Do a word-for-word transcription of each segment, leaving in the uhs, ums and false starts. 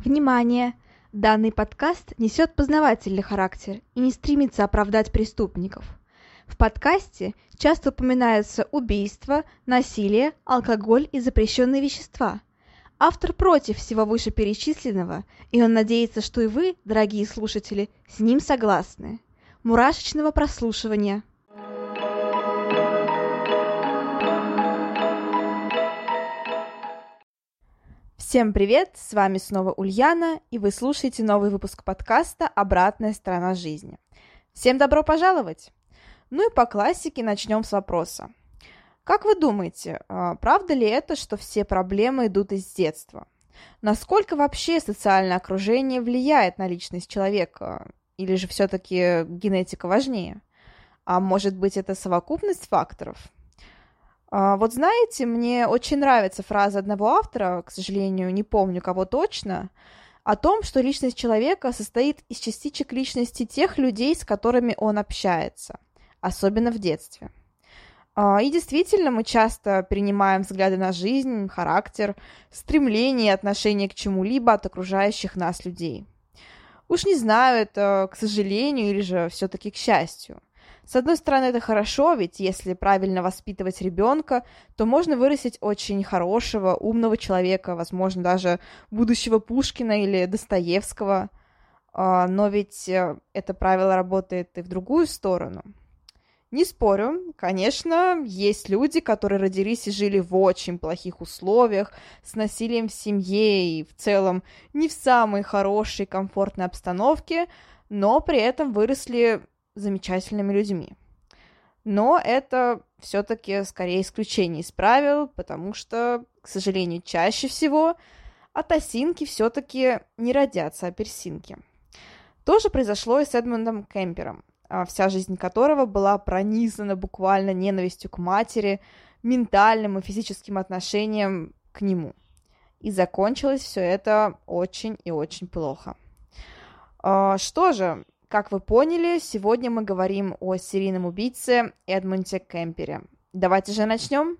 Внимание! Данный подкаст несет познавательный характер и не стремится оправдать преступников. В подкасте часто упоминаются убийства, насилие, алкоголь и запрещенные вещества. Автор против всего вышеперечисленного, и он надеется, что и вы, дорогие слушатели, с ним согласны. Мурашечного прослушивания! Всем привет, с вами снова Ульяна, и вы слушаете новый выпуск подкаста «Обратная сторона жизни». Всем добро пожаловать! Ну и по классике начнем с вопроса. Как вы думаете, правда ли это, что все проблемы идут из детства? Насколько вообще социальное окружение влияет на личность человека? Или же все-таки генетика важнее? А может быть, это совокупность факторов? Вот знаете, мне очень нравится фраза одного автора, к сожалению, не помню кого точно, о том, что личность человека состоит из частичек личности тех людей, с которыми он общается, особенно в детстве. И действительно, мы часто перенимаем взгляды на жизнь, характер, стремление и отношение к чему-либо от окружающих нас людей. Уж не знаю, это к сожалению или же все-таки к счастью. С одной стороны, это хорошо, ведь если правильно воспитывать ребенка, то можно вырастить очень хорошего, умного человека, возможно, даже будущего Пушкина или Достоевского. Но ведь это правило работает и в другую сторону. Не спорю, конечно, есть люди, которые родились и жили в очень плохих условиях, с насилием в семье и в целом не в самой хорошей, комфортной обстановке, но при этом выросли замечательными людьми. Но это все-таки скорее исключение из правил, потому что, к сожалению, чаще всего от осинки все-таки не родятся апельсинки. То же произошло и с Эдмундом Кемпером, вся жизнь которого была пронизана буквально ненавистью к матери, ментальным и физическим отношением к нему. И закончилось все это очень и очень плохо. Что же, как вы поняли, сегодня мы говорим о серийном убийце Эдмунде Кемпере. Давайте же начнем.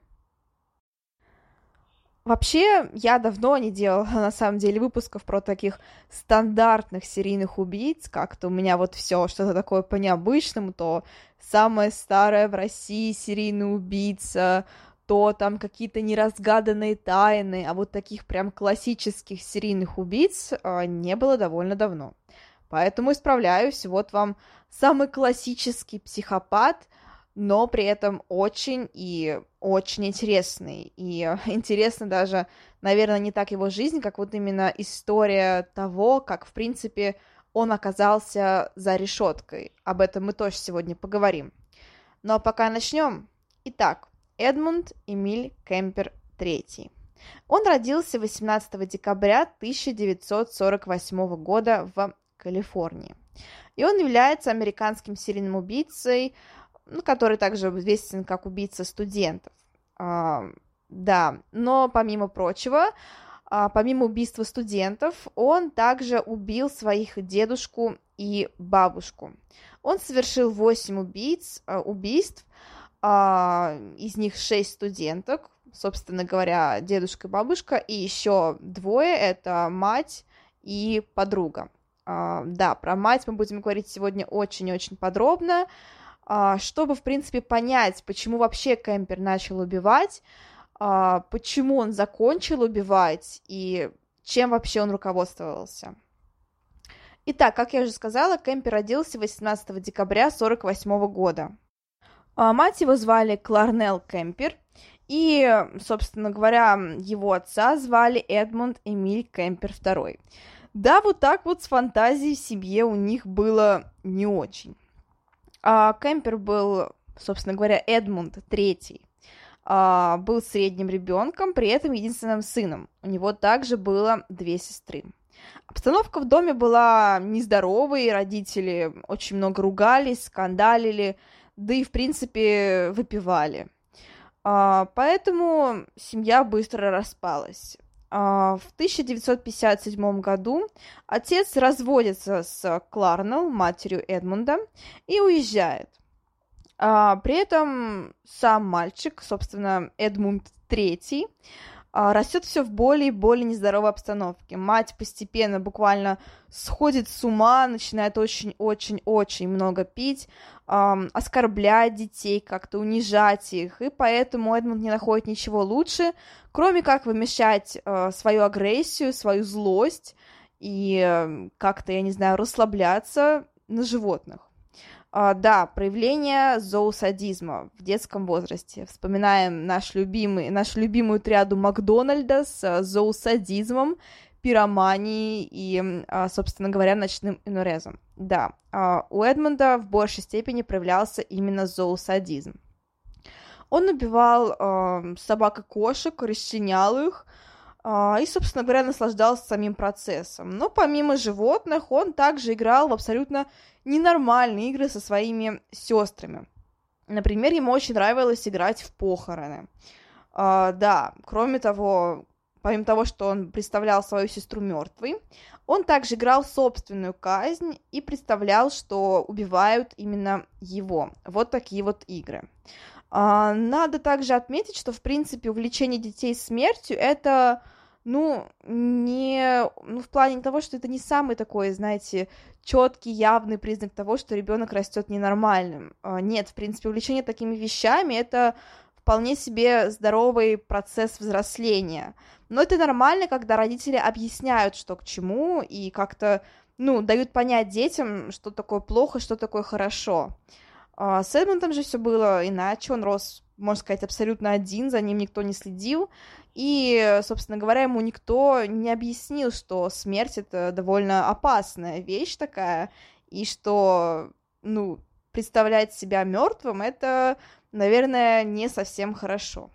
Вообще, я давно не делала, на самом деле, выпусков про таких стандартных серийных убийц, как-то у меня вот все что-то такое по необычному, то самая старая в России серийный убийца, то там какие-то неразгаданные тайны, а вот таких прям классических серийных убийц не было довольно давно. Поэтому исправляюсь, вот вам самый классический психопат, но при этом очень и очень интересный. И интересно даже, наверное, не так его жизнь, как вот именно история того, как, в принципе, он оказался за решеткой. Об этом мы тоже сегодня поговорим. Но пока начнем. Итак, Эдмунд Эмиль Кемпер третий. Он родился восемнадцатого декабря тысяча девятьсот сорок восьмого года в Калифорнии. И он является американским серийным убийцей, ну, который также известен как убийца студентов. А, да, но помимо прочего, а, помимо убийства студентов, он также убил своих дедушку и бабушку. Он совершил восемь убийц, а, убийств, а, из них шесть студенток, собственно говоря, дедушка и бабушка, и еще двое, это мать и подруга. Uh, да, про мать мы будем говорить сегодня очень-очень подробно, uh, чтобы, в принципе, понять, почему вообще Кемпер начал убивать, uh, почему он закончил убивать и чем вообще он руководствовался. Итак, как я уже сказала, Кемпер родился восемнадцатого декабря сорок восьмого года. Uh, мать его звали Кларнелл Кемпер, и, собственно говоря, его отца звали Эдмунд Эмиль Кемпер второй. Да, вот так вот с фантазией в семье у них было не очень. А, Кемпер был, собственно говоря, Эдмунд третий, а, был средним ребенком, при этом единственным сыном. У него также было две сестры. Обстановка в доме была нездоровой, родители очень много ругались, скандалили, да и, в принципе, выпивали. А, поэтому семья быстро распалась. В тысяча девятьсот пятьдесят седьмом году отец разводится с Кларнелл, матерью Эдмунда, и уезжает. При этом сам мальчик, собственно, Эдмунд третий, растет все в более и более нездоровой обстановке. Мать постепенно буквально сходит с ума, начинает очень-очень-очень много пить, эм, оскорблять детей, как-то унижать их, и поэтому Эдмунд не находит ничего лучше, кроме как вымещать э, свою агрессию, свою злость и э, как-то, я не знаю, расслабляться на животных. Uh, да, проявление зоосадизма в детском возрасте. Вспоминаем наш любимый, нашу любимую триаду Макдональда с uh, зоосадизмом, пироманией и, uh, собственно говоря, ночным энурезом. Да, uh, у Эдмунда в большей степени проявлялся именно зоосадизм. Он убивал uh, собак и кошек, расчленял их, и, собственно говоря, наслаждался самим процессом. Но помимо животных, он также играл в абсолютно ненормальные игры со своими сестрами. Например, ему очень нравилось играть в похороны. А, да, кроме того, помимо того, что он представлял свою сестру мертвой, он также играл собственную казнь и представлял, что убивают именно его. Вот такие вот игры. А, надо также отметить, что, в принципе, увлечение детей смертью — это, ну, не, ну, в плане того, что это не самый такой, знаете, четкий, явный признак того, что ребенок растет ненормальным. А, нет, в принципе, увлечение такими вещами — это вполне себе здоровый процесс взросления. Но это нормально, когда родители объясняют, что к чему, и как-то, ну, дают понять детям, что такое плохо, что такое хорошо. С Эдмундом же все было иначе, он рос, можно сказать, абсолютно один, за ним никто не следил, и, собственно говоря, ему никто не объяснил, что смерть — это довольно опасная вещь такая, и что, ну, представлять себя мертвым — это, наверное, не совсем хорошо.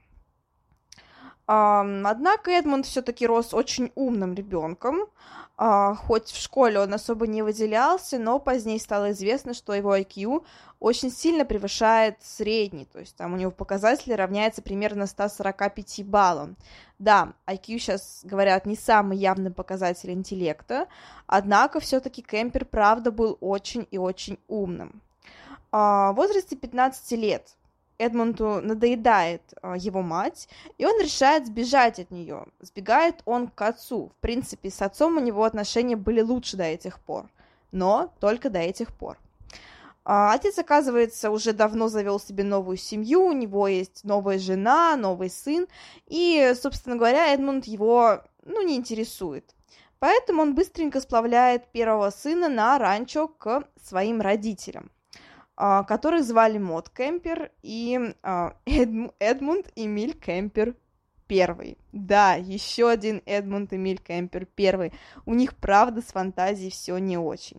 Однако Эдмунд все-таки рос очень умным ребенком, хоть в школе он особо не выделялся, но позднее стало известно, что его ай кью очень сильно превышает средний, то есть там у него показатели равняются примерно ста сорока пяти баллам. Да, ай кью сейчас, говорят, не самый явный показатель интеллекта, однако все-таки Кемпер, правда, был очень и очень умным. В возрасте пятнадцати лет Эдмунду надоедает а, его мать, и он решает сбежать от нее. Сбегает он к отцу. В принципе, с отцом у него отношения были лучше до этих пор, но только до этих пор. А, отец, оказывается, уже давно завел себе новую семью, у него есть новая жена, новый сын, и, собственно говоря, Эдмунд его, ну, не интересует. Поэтому он быстренько сплавляет первого сына на ранчо к своим родителям, которых звали Мод Кемпер и Эдм, Эдмунд Эмиль Кемпер первый. Да, еще один Эдмунд Эмиль Кемпер первый. У них, правда, с фантазией все не очень.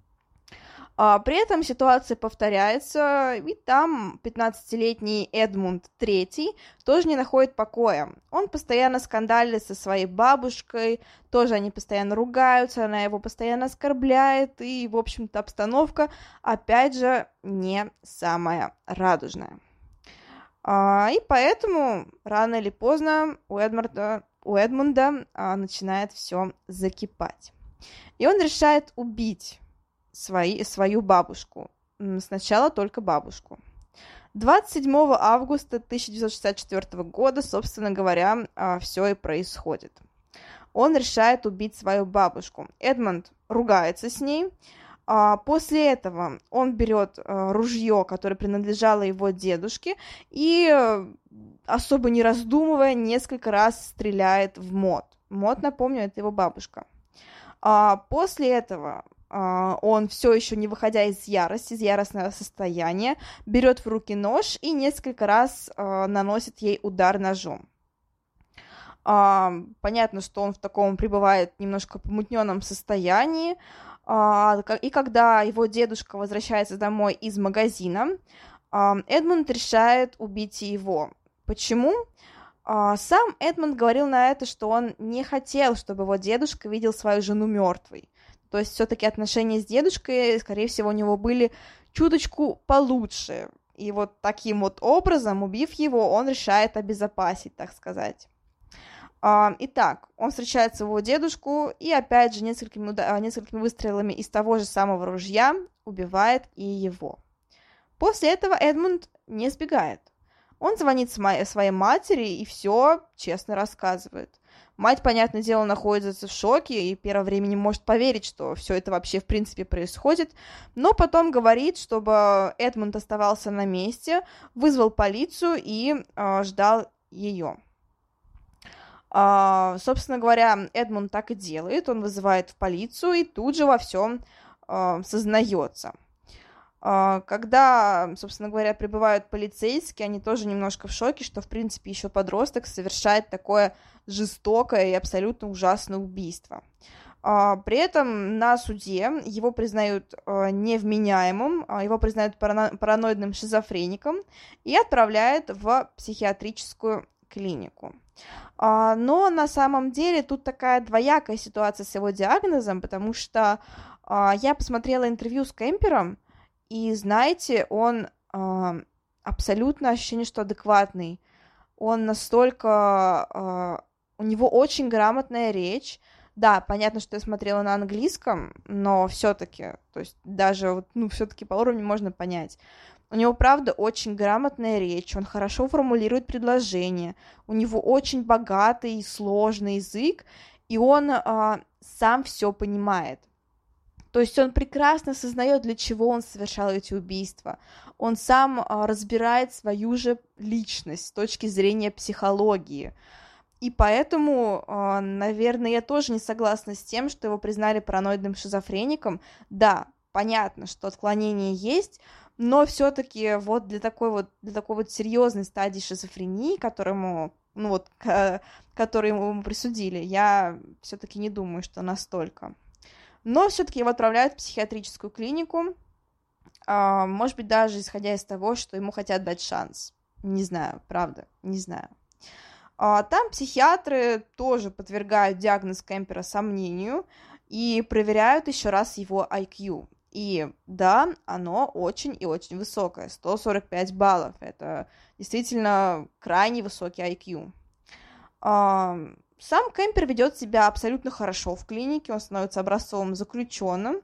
При этом ситуация повторяется, и там пятнадцатилетний Эдмунд третий тоже не находит покоя. Он постоянно скандалит со своей бабушкой, тоже они постоянно ругаются, она его постоянно оскорбляет, и, в общем-то, обстановка, опять же, не самая радужная. И поэтому рано или поздно у Эдмунда, у Эдмунда начинает все закипать. И он решает убить Свои, свою бабушку. Сначала только бабушку. двадцать седьмого августа тысяча девятьсот шестьдесят четвёртого года, собственно говоря, все и происходит. Он решает убить свою бабушку. Эдмунд ругается с ней. После этого он берет ружье, которое принадлежало его дедушке, и, особо не раздумывая, несколько раз стреляет в Мод. Мод, напомню, это его бабушка. После этого он, все еще не выходя из ярости, из яростного состояния, берет в руки нож и несколько раз uh, наносит ей удар ножом. Uh, понятно, что он в таком пребывает немножко помутненном состоянии, uh, и когда его дедушка возвращается домой из магазина, uh, Эдмунд решает убить его. Почему? Uh, сам Эдмунд говорил на это, что он не хотел, чтобы его дедушка видел свою жену мертвой. То есть все-таки отношения с дедушкой, скорее всего, у него были чуточку получше. И вот таким вот образом, убив его, он решает обезопасить, так сказать. Итак, он встречает своего дедушку и, опять же, несколькими, несколькими выстрелами из того же самого ружья убивает и его. После этого Эдмунд не сбегает. Он звонит своей матери и все честно рассказывает. Мать, понятное дело, находится в шоке и первое время не может поверить, что все это вообще в принципе происходит, но потом говорит, чтобы Эдмунд оставался на месте, вызвал полицию и э, ждал ее. Э, собственно говоря, Эдмунд так и делает, он вызывает в полицию и тут же во всем э, сознается. Когда, собственно говоря, прибывают полицейские, они тоже немножко в шоке, что, в принципе, еще подросток совершает такое жестокое и абсолютно ужасное убийство. При этом на суде его признают невменяемым, его признают параноидным шизофреником и отправляют в психиатрическую клинику. Но на самом деле тут такая двоякая ситуация с его диагнозом, потому что я посмотрела интервью с Кемпером, и, знаете, он э, абсолютно ощущение, что адекватный. Он настолько... Э, у него очень грамотная речь. Да, понятно, что я смотрела на английском, но все-таки, то есть даже, ну, все-таки по уровню можно понять. У него, правда, очень грамотная речь, он хорошо формулирует предложения, у него очень богатый и сложный язык, и он э, сам все понимает. То есть он прекрасно осознает, для чего он совершал эти убийства. Он сам а, разбирает свою же личность с точки зрения психологии. И поэтому, а, наверное, я тоже не согласна с тем, что его признали параноидным шизофреником. Да, понятно, что отклонения есть, но все-таки вот для такой вот, для такой вот серьезной стадии шизофрении, которому, ну вот, к, которую ему присудили, я все-таки не думаю, что настолько. Но все-таки его отправляют в психиатрическую клинику, а, может быть, даже исходя из того, что ему хотят дать шанс. Не знаю, правда, не знаю. А, там психиатры тоже подвергают диагноз Кемпера сомнению и проверяют еще раз его ай кью. И да, оно очень и очень высокое, сто сорок пять баллов. Это действительно крайне высокий ай кью. А, Сам Кемпер ведет себя абсолютно хорошо в клинике, он становится образцовым заключенным,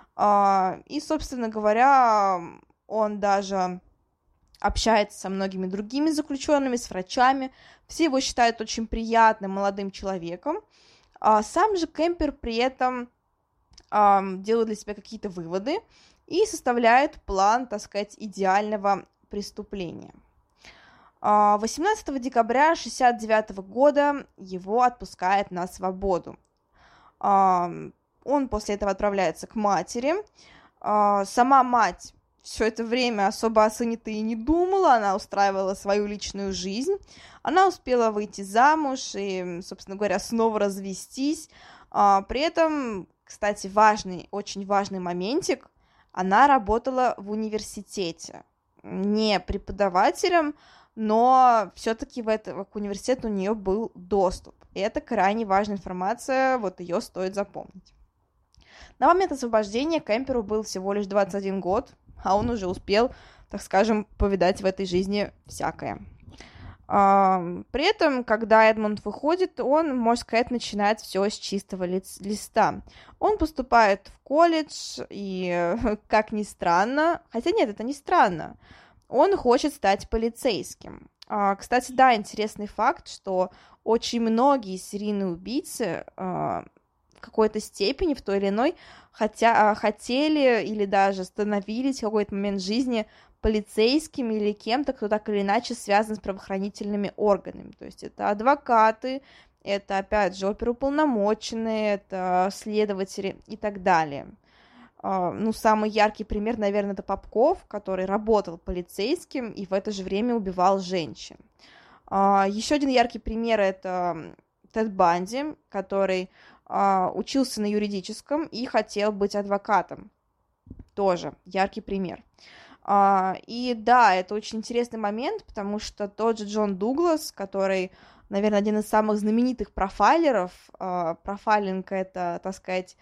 и, собственно говоря, он даже общается со многими другими заключенными, с врачами, все его считают очень приятным молодым человеком. Сам же Кемпер при этом делает для себя какие-то выводы и составляет план, так сказать, идеального преступления. восемнадцатого декабря шестьдесят девятого года его отпускают на свободу. Он после этого отправляется к матери. Сама мать все это время особо о сыне-то и не думала, она устраивала свою личную жизнь. Она успела выйти замуж и, собственно говоря, снова развестись. При этом, кстати, важный, очень важный моментик, она работала в университете, не преподавателем, но все-таки в это, к университету у нее был доступ. И это крайне важная информация, вот ее стоит запомнить. На момент освобождения Кемперу был всего лишь двадцать один год, а он уже успел, так скажем, повидать в этой жизни всякое. При этом, когда Эдмунд выходит, он, можно сказать, начинает все с чистого листа. Он поступает в колледж, и, как ни странно, хотя нет, это не странно, он хочет стать полицейским. Кстати, да, интересный факт, что очень многие серийные убийцы в какой-то степени, в той или иной, хотя, хотели или даже становились в какой-то момент жизни полицейскими или кем-то, кто так или иначе связан с правоохранительными органами. То есть это адвокаты, это, опять же, оперуполномоченные, это следователи и так далее. Ну, самый яркий пример, наверное, это Попков, который работал полицейским и в это же время убивал женщин. Еще один яркий пример — это Тед Банди, который учился на юридическом и хотел быть адвокатом. Тоже яркий пример. И да, это очень интересный момент, потому что тот же Джон Дуглас, который, наверное, один из самых знаменитых профайлеров, профайлинг — это, так сказать,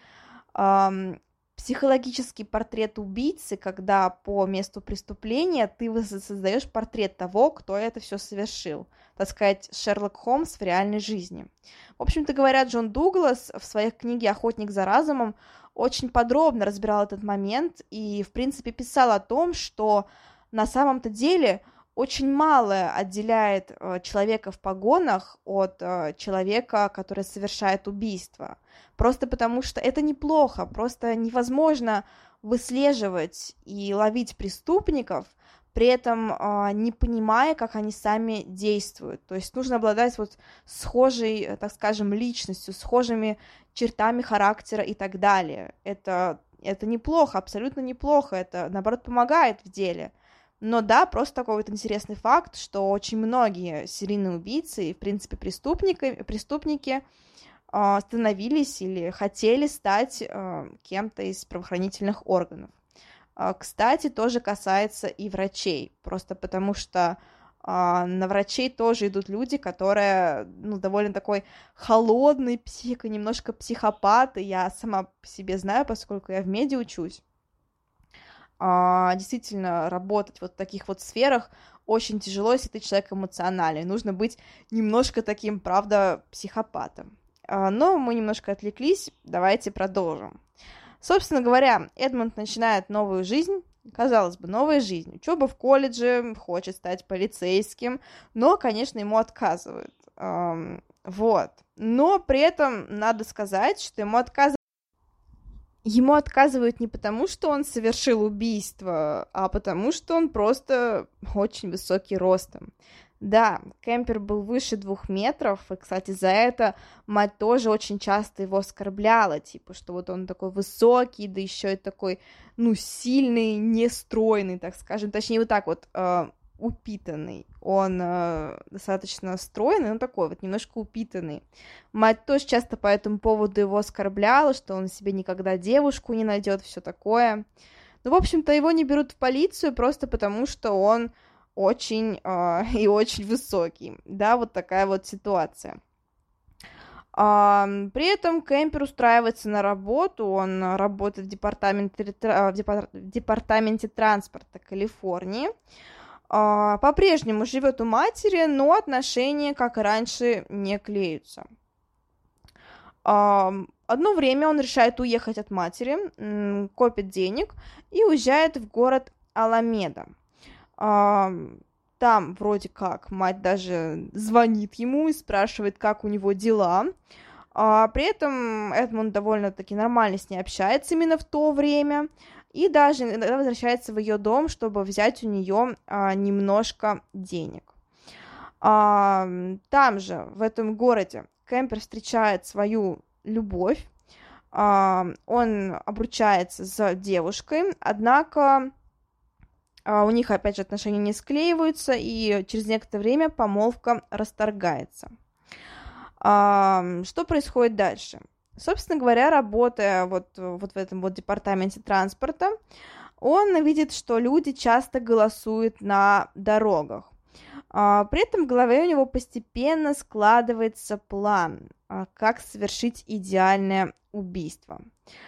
психологический портрет убийцы, когда по месту преступления ты создаешь портрет того, кто это все совершил. Так сказать, Шерлок Холмс в реальной жизни. В общем-то говоря, Джон Дуглас в своей книге «Охотник за разумом» очень подробно разбирал этот момент и, в принципе, писал о том, что на самом-то деле очень мало отделяет э, человека в погонах от э, человека, который совершает убийство. Просто потому что это неплохо, просто невозможно выслеживать и ловить преступников, при этом э, не понимая, как они сами действуют. То есть нужно обладать вот схожей, э, так скажем, личностью, схожими чертами характера и так далее. Это, это неплохо, абсолютно неплохо, это, наоборот, помогает в деле. Но да, просто такой вот интересный факт, что очень многие серийные убийцы и, в принципе, преступники, преступники э, становились или хотели стать э, кем-то из правоохранительных органов. Кстати, тоже касается и врачей, просто потому что а, на врачей тоже идут люди, которые, ну, довольно такой холодный психо, немножко психопаты, я сама по себе знаю, поскольку я в меди учусь. А, действительно, работать вот в таких вот сферах очень тяжело, если ты человек эмоциональный, нужно быть немножко таким, правда, психопатом. А, но мы немножко отвлеклись, давайте продолжим. Собственно говоря, Эдмунд начинает новую жизнь, казалось бы, новая жизнь, учеба в колледже, хочет стать полицейским, но, конечно, ему отказывают, эм, вот, но при этом надо сказать, что ему отказывают, ему отказывают не потому, что он совершил убийство, а потому, что он просто очень высокий ростом. Да, Кемпер был выше двух метров, и, кстати, за это мать тоже очень часто его оскорбляла, типа, что вот он такой высокий, да еще и такой, ну, сильный, нестройный, так скажем, точнее, вот так вот, э, упитанный, он э, достаточно стройный, но такой вот, немножко упитанный. Мать тоже часто по этому поводу его оскорбляла, что он себе никогда девушку не найдет, все такое. Ну, в общем-то, его не берут в полицию просто потому, что он очень э, и очень высокий, да, вот такая вот ситуация. А, при этом Кемпер устраивается на работу, он работает в департаменте, в департаменте транспорта Калифорнии, а, по-прежнему живет у матери, но отношения, как и раньше, не клеются. А, одно время он решает уехать от матери, м, копит денег и уезжает в город Аламеда. Там вроде как мать даже звонит ему и спрашивает, как у него дела. А, при этом Эдмунд довольно-таки нормально с ней общается именно в то время. И даже иногда возвращается в ее дом, чтобы взять у нее а, немножко денег. А, там же, в этом городе, Кемпер встречает свою любовь. А, он обручается с девушкой, однако у них, опять же, отношения не склеиваются, и через некоторое время помолвка расторгается. Что происходит дальше? Собственно говоря, работая вот, вот в этом вот департаменте транспорта, он видит, что люди часто голосуют на дорогах. При этом в голове у него постепенно складывается план, как совершить идеальное убийство.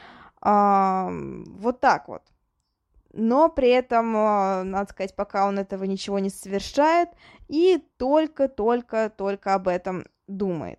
Вот так вот. Но при этом, надо сказать, пока он этого ничего не совершает и только-только-только об этом думает.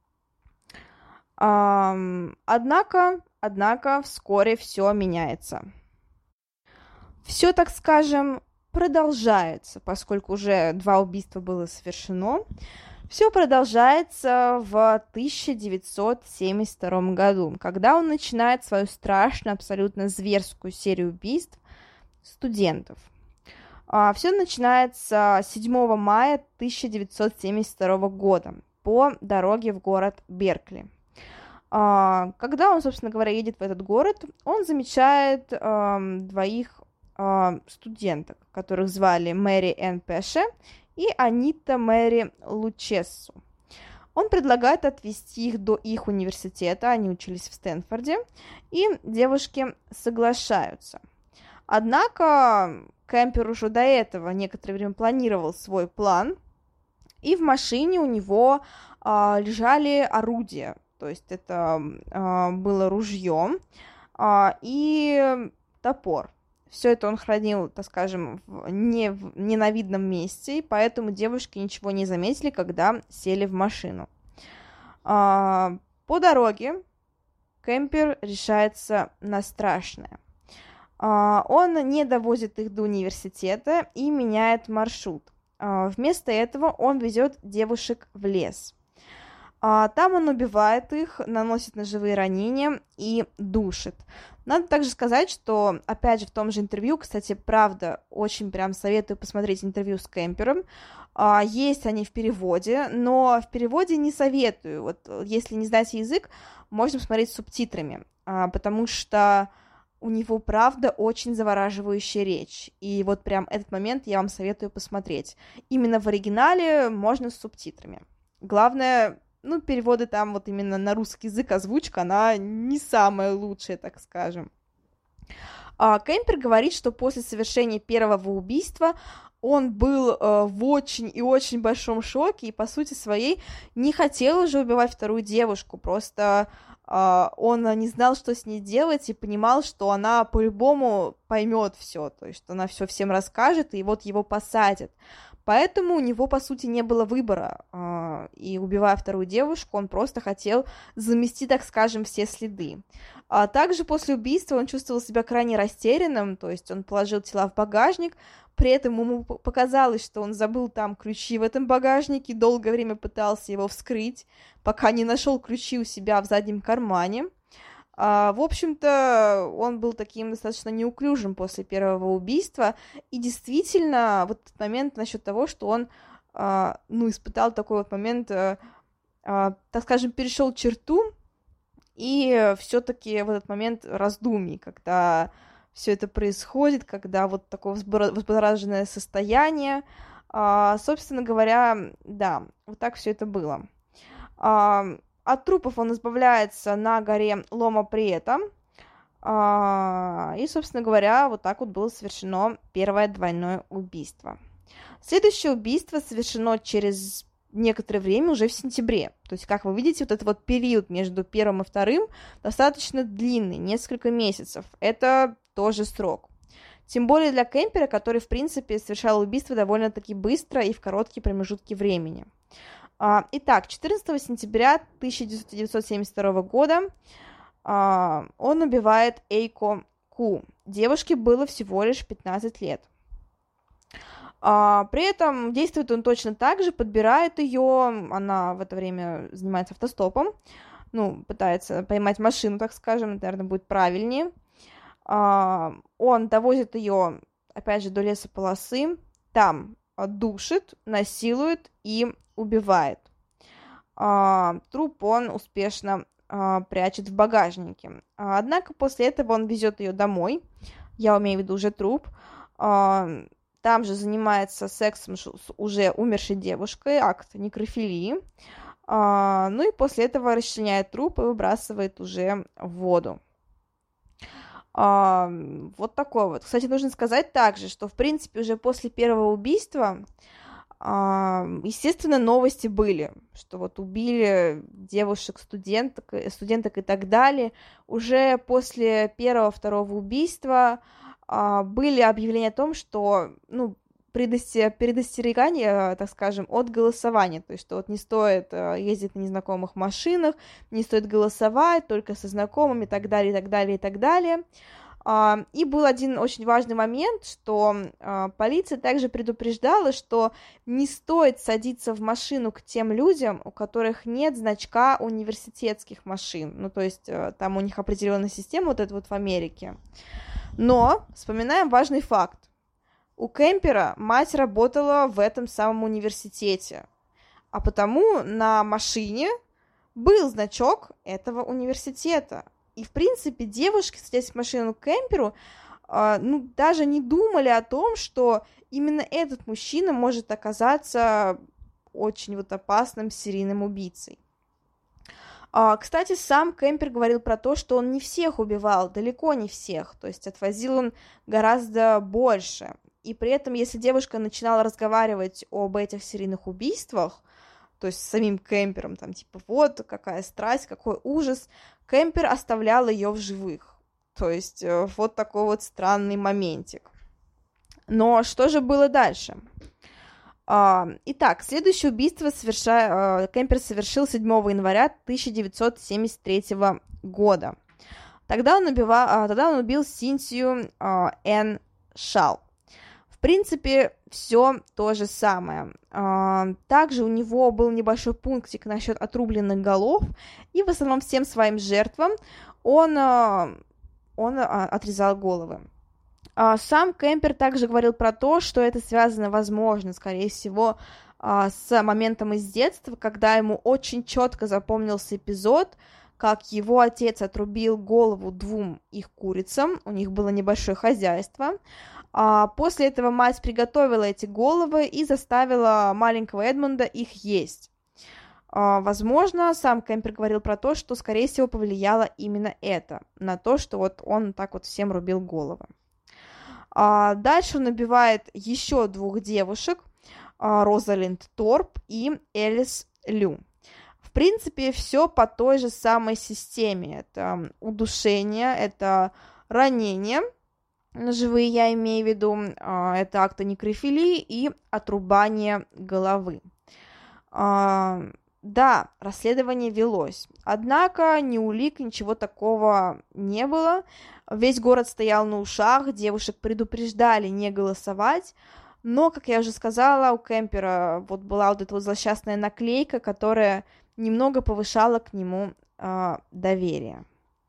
Однако, однако вскоре все меняется. Все, так скажем, продолжается, поскольку уже два убийства было совершено. Все продолжается в тысяча девятьсот семьдесят втором году, когда он начинает свою страшную, абсолютно зверскую серию убийств студентов. Все начинается седьмого мая тысяча девятьсот семьдесят второго года по дороге в город Беркли. Когда он, собственно говоря, едет в этот город, он замечает двоих студенток, которых звали Мэри Энн Пеше и Анита Мэри Лучессу. Он предлагает отвезти их до их университета, они учились в Стэнфорде, и девушки соглашаются. Однако Кемпер уже до этого некоторое время планировал свой план, и в машине у него а, лежали орудия, то есть это а, было ружье а, и топор. Все это он хранил, так скажем, в, не, в, не на видном месте, и поэтому девушки ничего не заметили, когда сели в машину. А, по дороге Кемпер решается на страшное. Он не довозит их до университета и меняет маршрут. А, вместо этого он везет девушек в лес. А, там он убивает их, наносит ножевые ранения и душит. Надо также сказать, что, опять же, в том же интервью, кстати, правда, очень прям советую посмотреть интервью с Кемпером. А, есть они в переводе, но в переводе не советую. Вот если не знаете язык, можно посмотреть с субтитрами, а, потому что у него, правда, очень завораживающая речь. И вот прям этот момент я вам советую посмотреть. Именно в оригинале можно с субтитрами. Главное, ну, переводы там вот именно на русский язык, озвучка, она не самая лучшая, так скажем. А, Кемпер говорит, что после совершения первого убийства он был э, в очень и очень большом шоке и, по сути своей, не хотел уже убивать вторую девушку, просто э, он не знал, что с ней делать, и понимал, что она по-любому поймет все, то есть она все всем расскажет, и вот его посадят. Поэтому у него, по сути, не было выбора, э, и, убивая вторую девушку, он просто хотел замести, так скажем, все следы. А также после убийства он чувствовал себя крайне растерянным, то есть он положил тела в багажник, при этом ему показалось, что он забыл там ключи в этом багажнике, долгое время пытался его вскрыть, пока не нашел ключи у себя в заднем кармане. А, в общем-то, он был таким достаточно неуклюжим после первого убийства, и действительно, вот этот момент насчет того, что он, а, ну, испытал такой вот момент, а, а, так скажем, перешел черту, и все-таки в этот момент раздумий, когда все это происходит, когда вот такое взбудораженное состояние. А, собственно говоря, да, вот так все это было. А, от трупов он избавляется на горе Лома-Приета. А, и, собственно говоря, вот так вот было совершено первое двойное убийство. Следующее убийство совершено через некоторое время, уже в сентябре. То есть, как вы видите, вот этот вот период между первым и вторым достаточно длинный, несколько месяцев. Это тоже срок. Тем более для Кемпера, который, в принципе, совершал убийство довольно-таки быстро и в короткие промежутки времени. Итак, четырнадцатого сентября тысяча девятьсот семьдесят второго года он убивает Эйко Ку. Девушке было всего лишь пятнадцать лет. А, при этом действует он точно так же, подбирает ее, она в это время занимается автостопом, ну, пытается поймать машину, так скажем, это, наверное, будет правильнее. А, он довозит ее, опять же, до лесополосы, там душит, насилует и убивает. А, труп он успешно а, прячет в багажнике. А, однако после этого он везет ее домой, я имею в виду уже труп, а, там же занимается сексом с уже умершей девушкой, акт некрофилии. А, ну и после этого расчленяет труп и выбрасывает уже в воду. А, вот такое вот. Кстати, нужно сказать также, что, в принципе, уже после первого убийства, а, естественно, новости были, что вот убили девушек, студенток, студенток и так далее. Уже после первого-второго убийства были объявления о том, что, ну, предостерегание, так скажем, от голосования, то есть, что вот не стоит ездить на незнакомых машинах, не стоит голосовать только со знакомыми и так далее, и так далее, и так далее. И был один очень важный момент, что полиция также предупреждала, что не стоит садиться в машину к тем людям, у которых нет значка университетских машин, ну, то есть, там у них определенная система, вот это вот в Америке. Но вспоминаем важный факт. У Кемпера мать работала в этом самом университете, а потому на машине был значок этого университета. И, в принципе, девушки, садясь в машину к Кемперу, э, ну, даже не думали о том, что именно этот мужчина может оказаться очень вот опасным серийным убийцей. Кстати, сам Кемпер говорил про то, что он не всех убивал, далеко не всех, то есть отвозил он гораздо больше. И при этом, если девушка начинала разговаривать об этих серийных убийствах, то есть с самим Кемпером, там типа вот какая страсть, какой ужас, Кемпер оставлял ее в живых. То есть вот такой вот странный моментик. Но что же было дальше? Итак, следующее убийство соверша... Кемпер совершил седьмого января тысяча девятьсот семьдесят третьего года. Тогда он, убива... Тогда он убил Синтию Энн Шал. В принципе, все то же самое. Также у него был небольшой пунктик насчет отрубленных голов, и в основном всем своим жертвам он, он отрезал головы. Сам Кемпер также говорил про то, что это связано, возможно, скорее всего, с моментом из детства, когда ему очень четко запомнился эпизод, как его отец отрубил голову двум их курицам, у них было небольшое хозяйство. После этого мать приготовила эти головы и заставила маленького Эдмунда их есть. Возможно, сам Кемпер говорил про то, что, скорее всего, повлияло именно это, на то, что вот он так вот всем рубил головы. Дальше он убивает еще двух девушек, Розалинд Торп и Элис Лю. В принципе, все по той же самой системе. Это удушение, это ранение ножевые, я имею в виду, это акты некрофилии и отрубание головы. Да, расследование велось, однако ни улик, ничего такого не было. Весь город стоял на ушах, девушек предупреждали не голосовать, но, как я уже сказала, у Кемпера вот была вот эта вот злосчастная наклейка, которая немного повышала к нему э, доверие.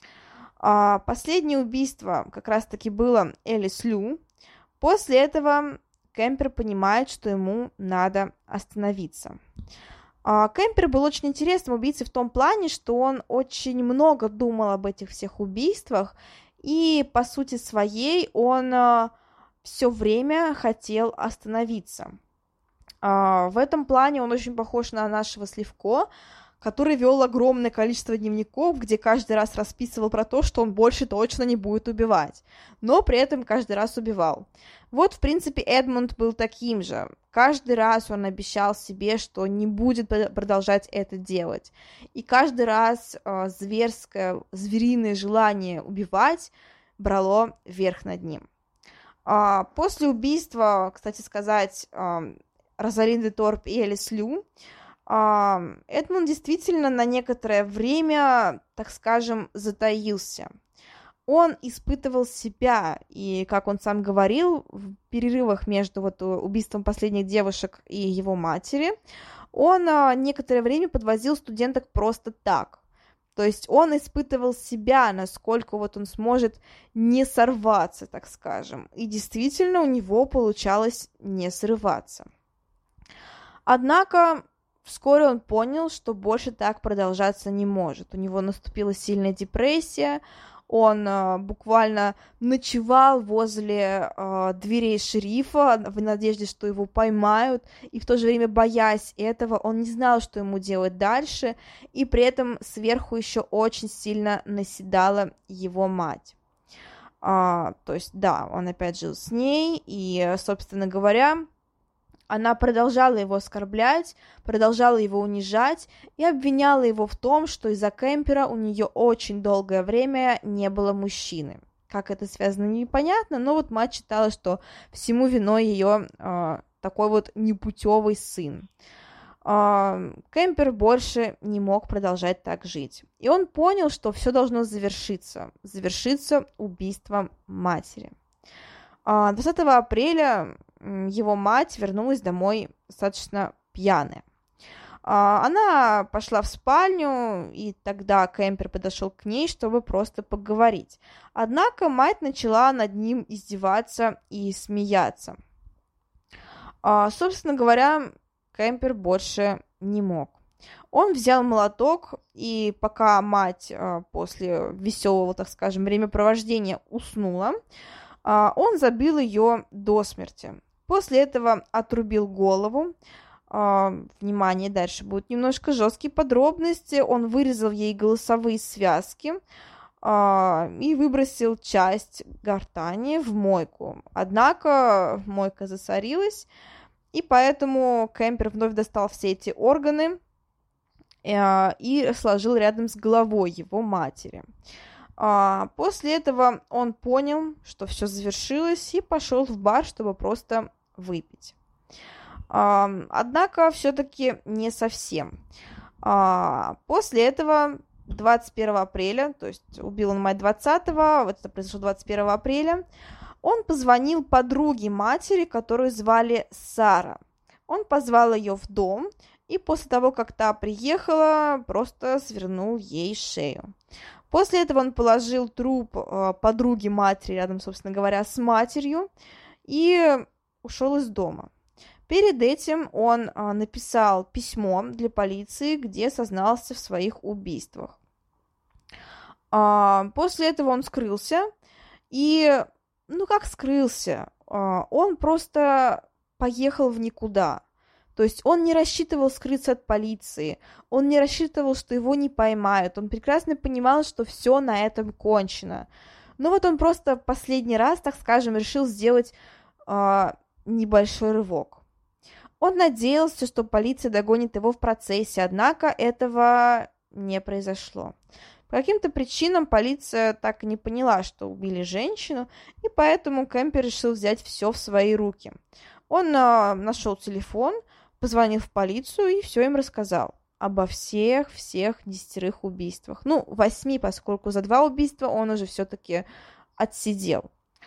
А последнее убийство как раз-таки было Элис Лю. После этого Кемпер понимает, что ему надо остановиться. А Кемпер был очень интересным убийцей в том плане, что он очень много думал об этих всех убийствах, и по сути своей он э, все время хотел остановиться. А, в этом плане он очень похож на нашего Сливко, который вел огромное количество дневников, где каждый раз расписывал про то, что он больше точно не будет убивать, но при этом каждый раз убивал. Вот, в принципе, Эдмунд был таким же. Каждый раз он обещал себе, что не будет продолжать это делать. И каждый раз э, зверское, звериное желание убивать брало верх над ним. А, после убийства, кстати сказать, э, Розалинды Торп и Элис Лю, Эдмунд действительно на некоторое время, так скажем, затаился. Он испытывал себя, и, как он сам говорил, в перерывах между вот убийством последних девушек и его матери, он некоторое время подвозил студенток просто так. То есть он испытывал себя, насколько вот он сможет не сорваться, так скажем. И действительно у него получалось не срываться. Однако вскоре он понял, что больше так продолжаться не может. У него наступила сильная депрессия, он э, буквально ночевал возле э, дверей шерифа в надежде, что его поймают, и в то же время, боясь этого, он не знал, что ему делать дальше, и при этом сверху еще очень сильно наседала его мать. А, то есть, да, он опять жил с ней, и, собственно говоря, она продолжала его оскорблять, продолжала его унижать и обвиняла его в том, что из-за Кемпера у нее очень долгое время не было мужчины. Как это связано, непонятно, но вот мать считала, что всему виной ее э, такой вот непутевый сын. Э, Кемпер больше не мог продолжать так жить. И он понял, что все должно завершиться. Завершиться убийством матери. двадцатого апреля его мать вернулась домой достаточно пьяная. Она пошла в спальню, и тогда Кемпер подошел к ней, чтобы просто поговорить. Однако мать начала над ним издеваться и смеяться. Собственно говоря, Кемпер больше не мог. Он взял молоток, и пока мать после веселого, так скажем, времяпровождения уснула, он забил ее до смерти. После этого отрубил голову. Внимание, дальше будут немножко жесткие подробности. Он вырезал ей голосовые связки и выбросил часть гортани в мойку. Однако мойка засорилась, и поэтому Кемпер вновь достал все эти органы и сложил рядом с головой его матери. После этого он понял, что все завершилось, и пошел в бар, чтобы просто выпить. Однако все-таки не совсем. После этого двадцать первого апреля, то есть убил он мать двадцатого, вот это произошло двадцать первого апреля, Он позвонил подруге матери, которую звали Сара. Он позвал ее в дом, и после того, как та приехала, просто свернул ей шею. После этого он положил труп э, подруги матери рядом, собственно говоря, с матерью и ушел из дома. Перед этим он э, написал письмо для полиции, где сознался в своих убийствах. Э, после этого он скрылся, и, ну как скрылся, э, он просто поехал в никуда. То есть он не рассчитывал скрыться от полиции, он не рассчитывал, что его не поймают, он прекрасно понимал, что все на этом кончено. Но вот он просто последний раз, так скажем, решил сделать э, небольшой рывок. Он надеялся, что полиция догонит его в процессе, однако этого не произошло. По каким-то причинам полиция так и не поняла, что убили женщину, и поэтому Кемпер решил взять все в свои руки. Он э, нашел телефон, позвонил в полицию и все им рассказал обо всех-всех десятерых убийствах. Ну, восьми, поскольку за два убийства он уже все-таки отсидел.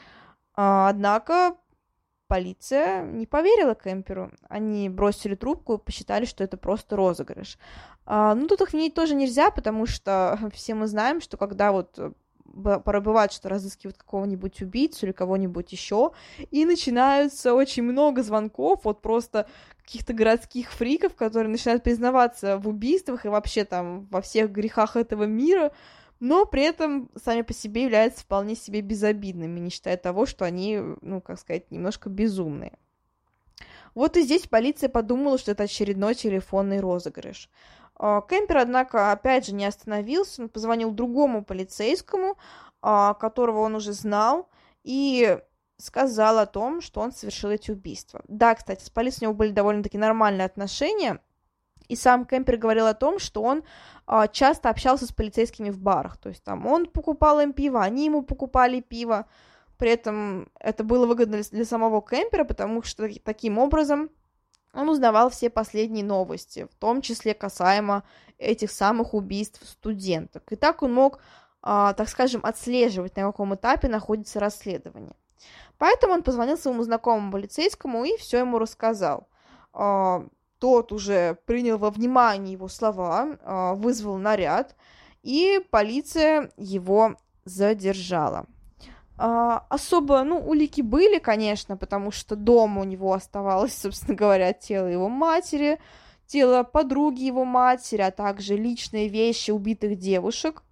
А, однако полиция не поверила Кемперу. Они бросили трубку и посчитали, что это просто розыгрыш. А, ну, тут их винить тоже нельзя, потому что все мы знаем, что когда вот порой бывает, что разыскивают какого-нибудь убийцу или кого-нибудь еще, и начинаются очень много звонков от просто каких-то городских фриков, которые начинают признаваться в убийствах и вообще там во всех грехах этого мира, но при этом сами по себе являются вполне себе безобидными, не считая того, что они, ну, как сказать, немножко безумные. Вот и здесь полиция подумала, что это очередной телефонный розыгрыш. Кемпер, однако, опять же не остановился, он позвонил другому полицейскому, которого он уже знал, и сказал о том, что он совершил эти убийства. Да, кстати, с полицией у него были довольно-таки нормальные отношения, и сам Кемпер говорил о том, что он часто общался с полицейскими в барах, то есть там он покупал им пиво, они ему покупали пиво, при этом это было выгодно для самого Кемпера, потому что таким образом он узнавал все последние новости, в том числе касаемо этих самых убийств студенток. И так он мог, а, так скажем, отслеживать, на каком этапе находится расследование. Поэтому он позвонил своему знакомому полицейскому и все ему рассказал. А, тот уже принял во внимание его слова, а, вызвал наряд, и полиция его задержала. Uh, особо, ну, улики были, конечно, потому что дома у него оставалось, собственно говоря, тело его матери, тело подруги его матери, а также личные вещи убитых девушек.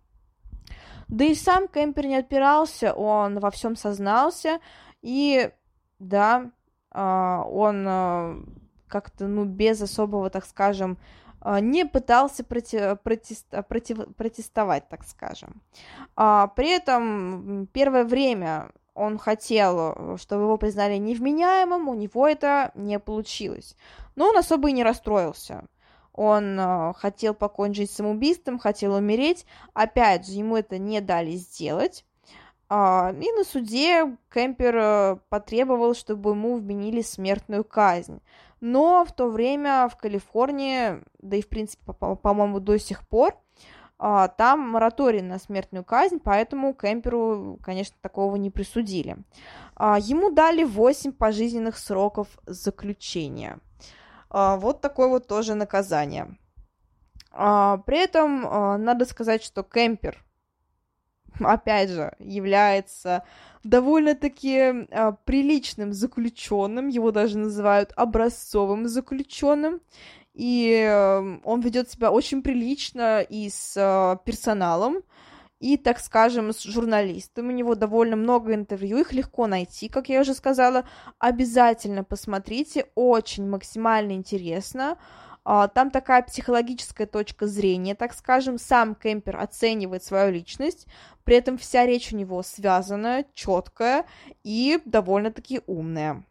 Да и сам Кемпер не отпирался, он во всем сознался, и, да, uh, он uh, как-то, ну, без особого, так скажем, не пытался против, протест, против, протестовать, так скажем. А, при этом первое время он хотел, чтобы его признали невменяемым, у него это не получилось. Но он особо и не расстроился. Он а, хотел покончить жизнь самоубийством, хотел умереть. Опять же, ему это не дали сделать. А, и на суде Кемпер потребовал, чтобы ему вменили смертную казнь. Но в то время в Калифорнии, да и в принципе, по- по-моему, до сих пор, а, там мораторий на смертную казнь, поэтому Кемперу, конечно, такого не присудили. А, ему дали восемь пожизненных сроков заключения. А, вот такое вот тоже наказание. А, при этом а, надо сказать, что Кемпер, опять же, является довольно-таки э, приличным заключенным, его даже называют образцовым заключенным, и э, он ведет себя очень прилично и с э, персоналом, и, так скажем, с журналистами. У него довольно много интервью, их легко найти, как я уже сказала. Обязательно посмотрите, очень максимально интересно. Там такая психологическая точка зрения, так скажем. Сам Кемпер оценивает свою личность, при этом вся речь у него связанная, четкая и довольно-таки умная.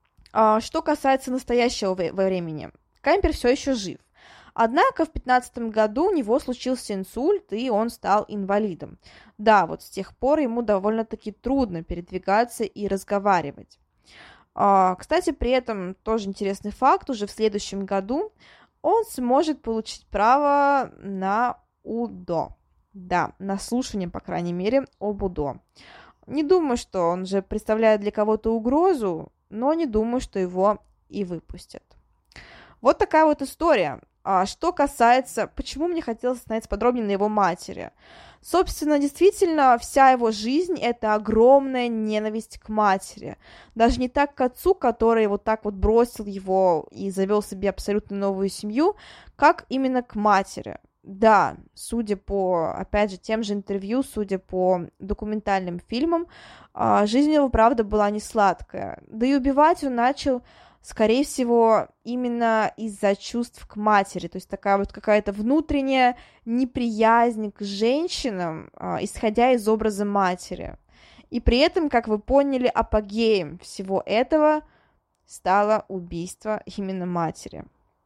Что касается настоящего времени, Кемпер все еще жив. Однако в две тысячи пятнадцатом году у него случился инсульт, и он стал инвалидом. Да, вот с тех пор ему довольно-таки трудно передвигаться и разговаривать. Кстати, при этом тоже интересный факт, уже в следующем году он сможет получить право на УДО. Да, на слушание, по крайней мере, об УДО. Не думаю, что он же представляет для кого-то угрозу, но не думаю, что его и выпустят. Вот такая вот история. А что касается, почему мне хотелось остановиться подробнее на его матери. Собственно, действительно, вся его жизнь — это огромная ненависть к матери. Даже не так к отцу, который вот так вот бросил его и завел себе абсолютно новую семью, как именно к матери. Да, судя по, опять же, тем же интервью, судя по документальным фильмам, жизнь его, правда, была не сладкая. Да и убивать он начал, скорее всего, именно из-за чувств к матери, то есть такая вот какая-то внутренняя неприязнь к женщинам, исходя из образа матери. И при этом, как вы поняли, апогеем всего этого стало убийство именно матери.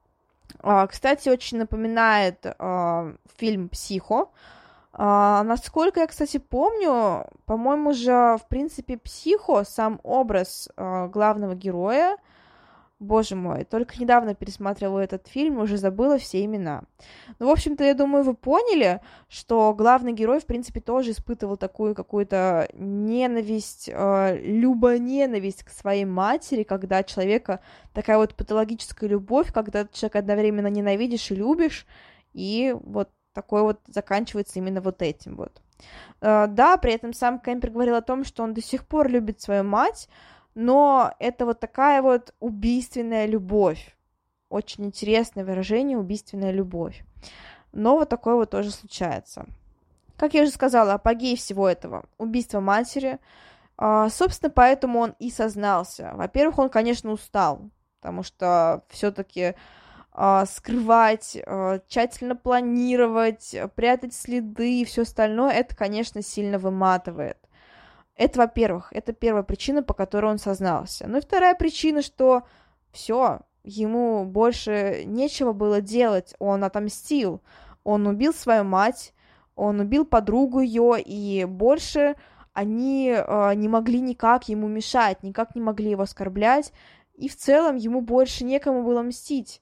Кстати, очень напоминает э, фильм «Психо». Э, насколько я, кстати, помню, по-моему же, в принципе, «Психо», сам образ э, главного героя, боже мой, только недавно пересматривала этот фильм, уже забыла все имена. Ну, в общем-то, я думаю, вы поняли, что главный герой, в принципе, тоже испытывал такую какую-то ненависть, э, любоненависть к своей матери, когда человека такая вот патологическая любовь, когда человека одновременно ненавидишь и любишь, и вот такой вот заканчивается именно вот этим вот. Э, да, при этом сам Кемпер говорил о том, что он до сих пор любит свою мать, но это вот такая вот убийственная любовь. Очень интересное выражение — убийственная любовь. Но вот такое вот тоже случается. Как я уже сказала, апогей всего этого — убийство матери. А, собственно, поэтому он и сознался. Во-первых, он, конечно, устал, потому что все-таки а, скрывать, а, тщательно планировать, прятать следы и все остальное — это, конечно, сильно выматывает. Это, во-первых, это первая причина, по которой он сознался. Ну и вторая причина, что все, ему больше нечего было делать, он отомстил, он убил свою мать, он убил подругу ее, и больше они э, не могли никак ему мешать, никак не могли его оскорблять, и в целом ему больше некому было мстить.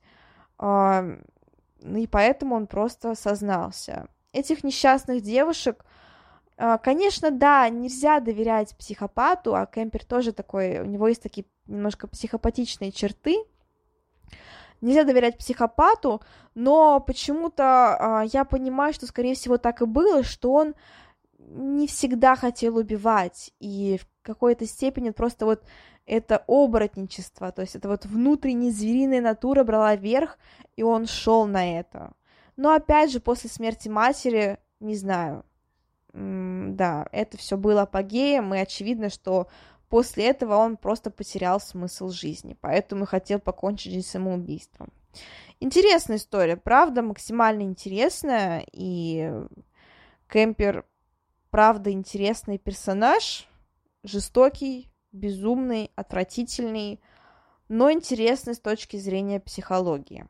Э, и поэтому он просто сознался. Этих несчастных девушек, конечно, да, нельзя доверять психопату, а Кемпер тоже такой, у него есть такие немножко психопатичные черты. Нельзя доверять психопату, но почему-то я понимаю, что, скорее всего, так и было, что он не всегда хотел убивать, и в какой-то степени просто вот это оборотничество, то есть это вот внутренняя звериная натура брала верх, и он шел на это. Но опять же, после смерти матери, не знаю, да, это все было апогеем, и очевидно, что после этого он просто потерял смысл жизни, поэтому хотел покончить жизнь самоубийством. Интересная история, правда, максимально интересная, и Кемпер, правда, интересный персонаж, жестокий, безумный, отвратительный, но интересный с точки зрения психологии.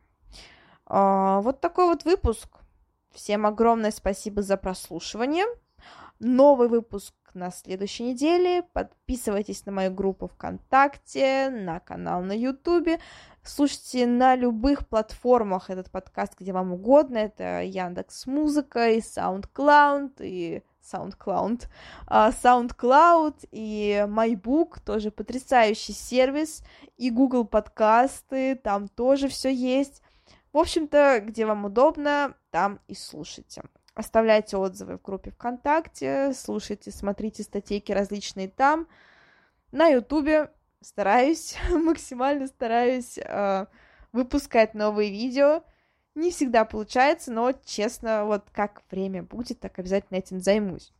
Вот такой вот выпуск. Всем огромное спасибо за прослушивание. Новый выпуск на следующей неделе. Подписывайтесь на мою группу ВКонтакте, на канал на Ютубе. Слушайте на любых платформах этот подкаст, где вам угодно. Это Яндекс.Музыка и SoundCloud, и SoundCloud, SoundCloud и MyBook, тоже потрясающий сервис, и Google подкасты, там тоже все есть. В общем-то, где вам удобно, там и слушайте. Оставляйте отзывы в группе ВКонтакте, слушайте, смотрите статейки различные там. На Ютубе стараюсь, максимально стараюсь э, выпускать новые видео. Не всегда получается, но, честно, вот как время будет, так обязательно этим займусь.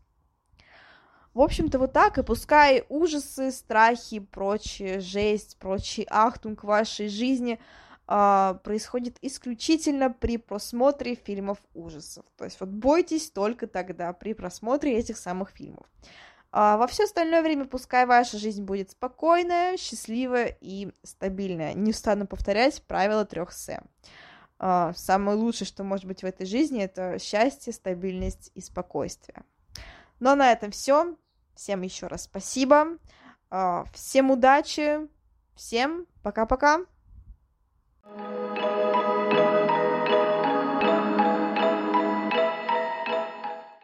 В общем-то, вот так, и пускай ужасы, страхи, прочие, жесть, прочий ахтунг в вашей жизни Uh, происходит исключительно при просмотре фильмов ужасов. То есть вот бойтесь только тогда, при просмотре этих самых фильмов. Uh, во все остальное время пускай ваша жизнь будет спокойная, счастливая и стабильная. Не устану повторять правило трех С. Uh, самое лучшее, что может быть в этой жизни, это счастье, стабильность и спокойствие. Ну а на этом все. Всем еще раз спасибо. Uh, всем удачи. Всем пока-пока. Thank you.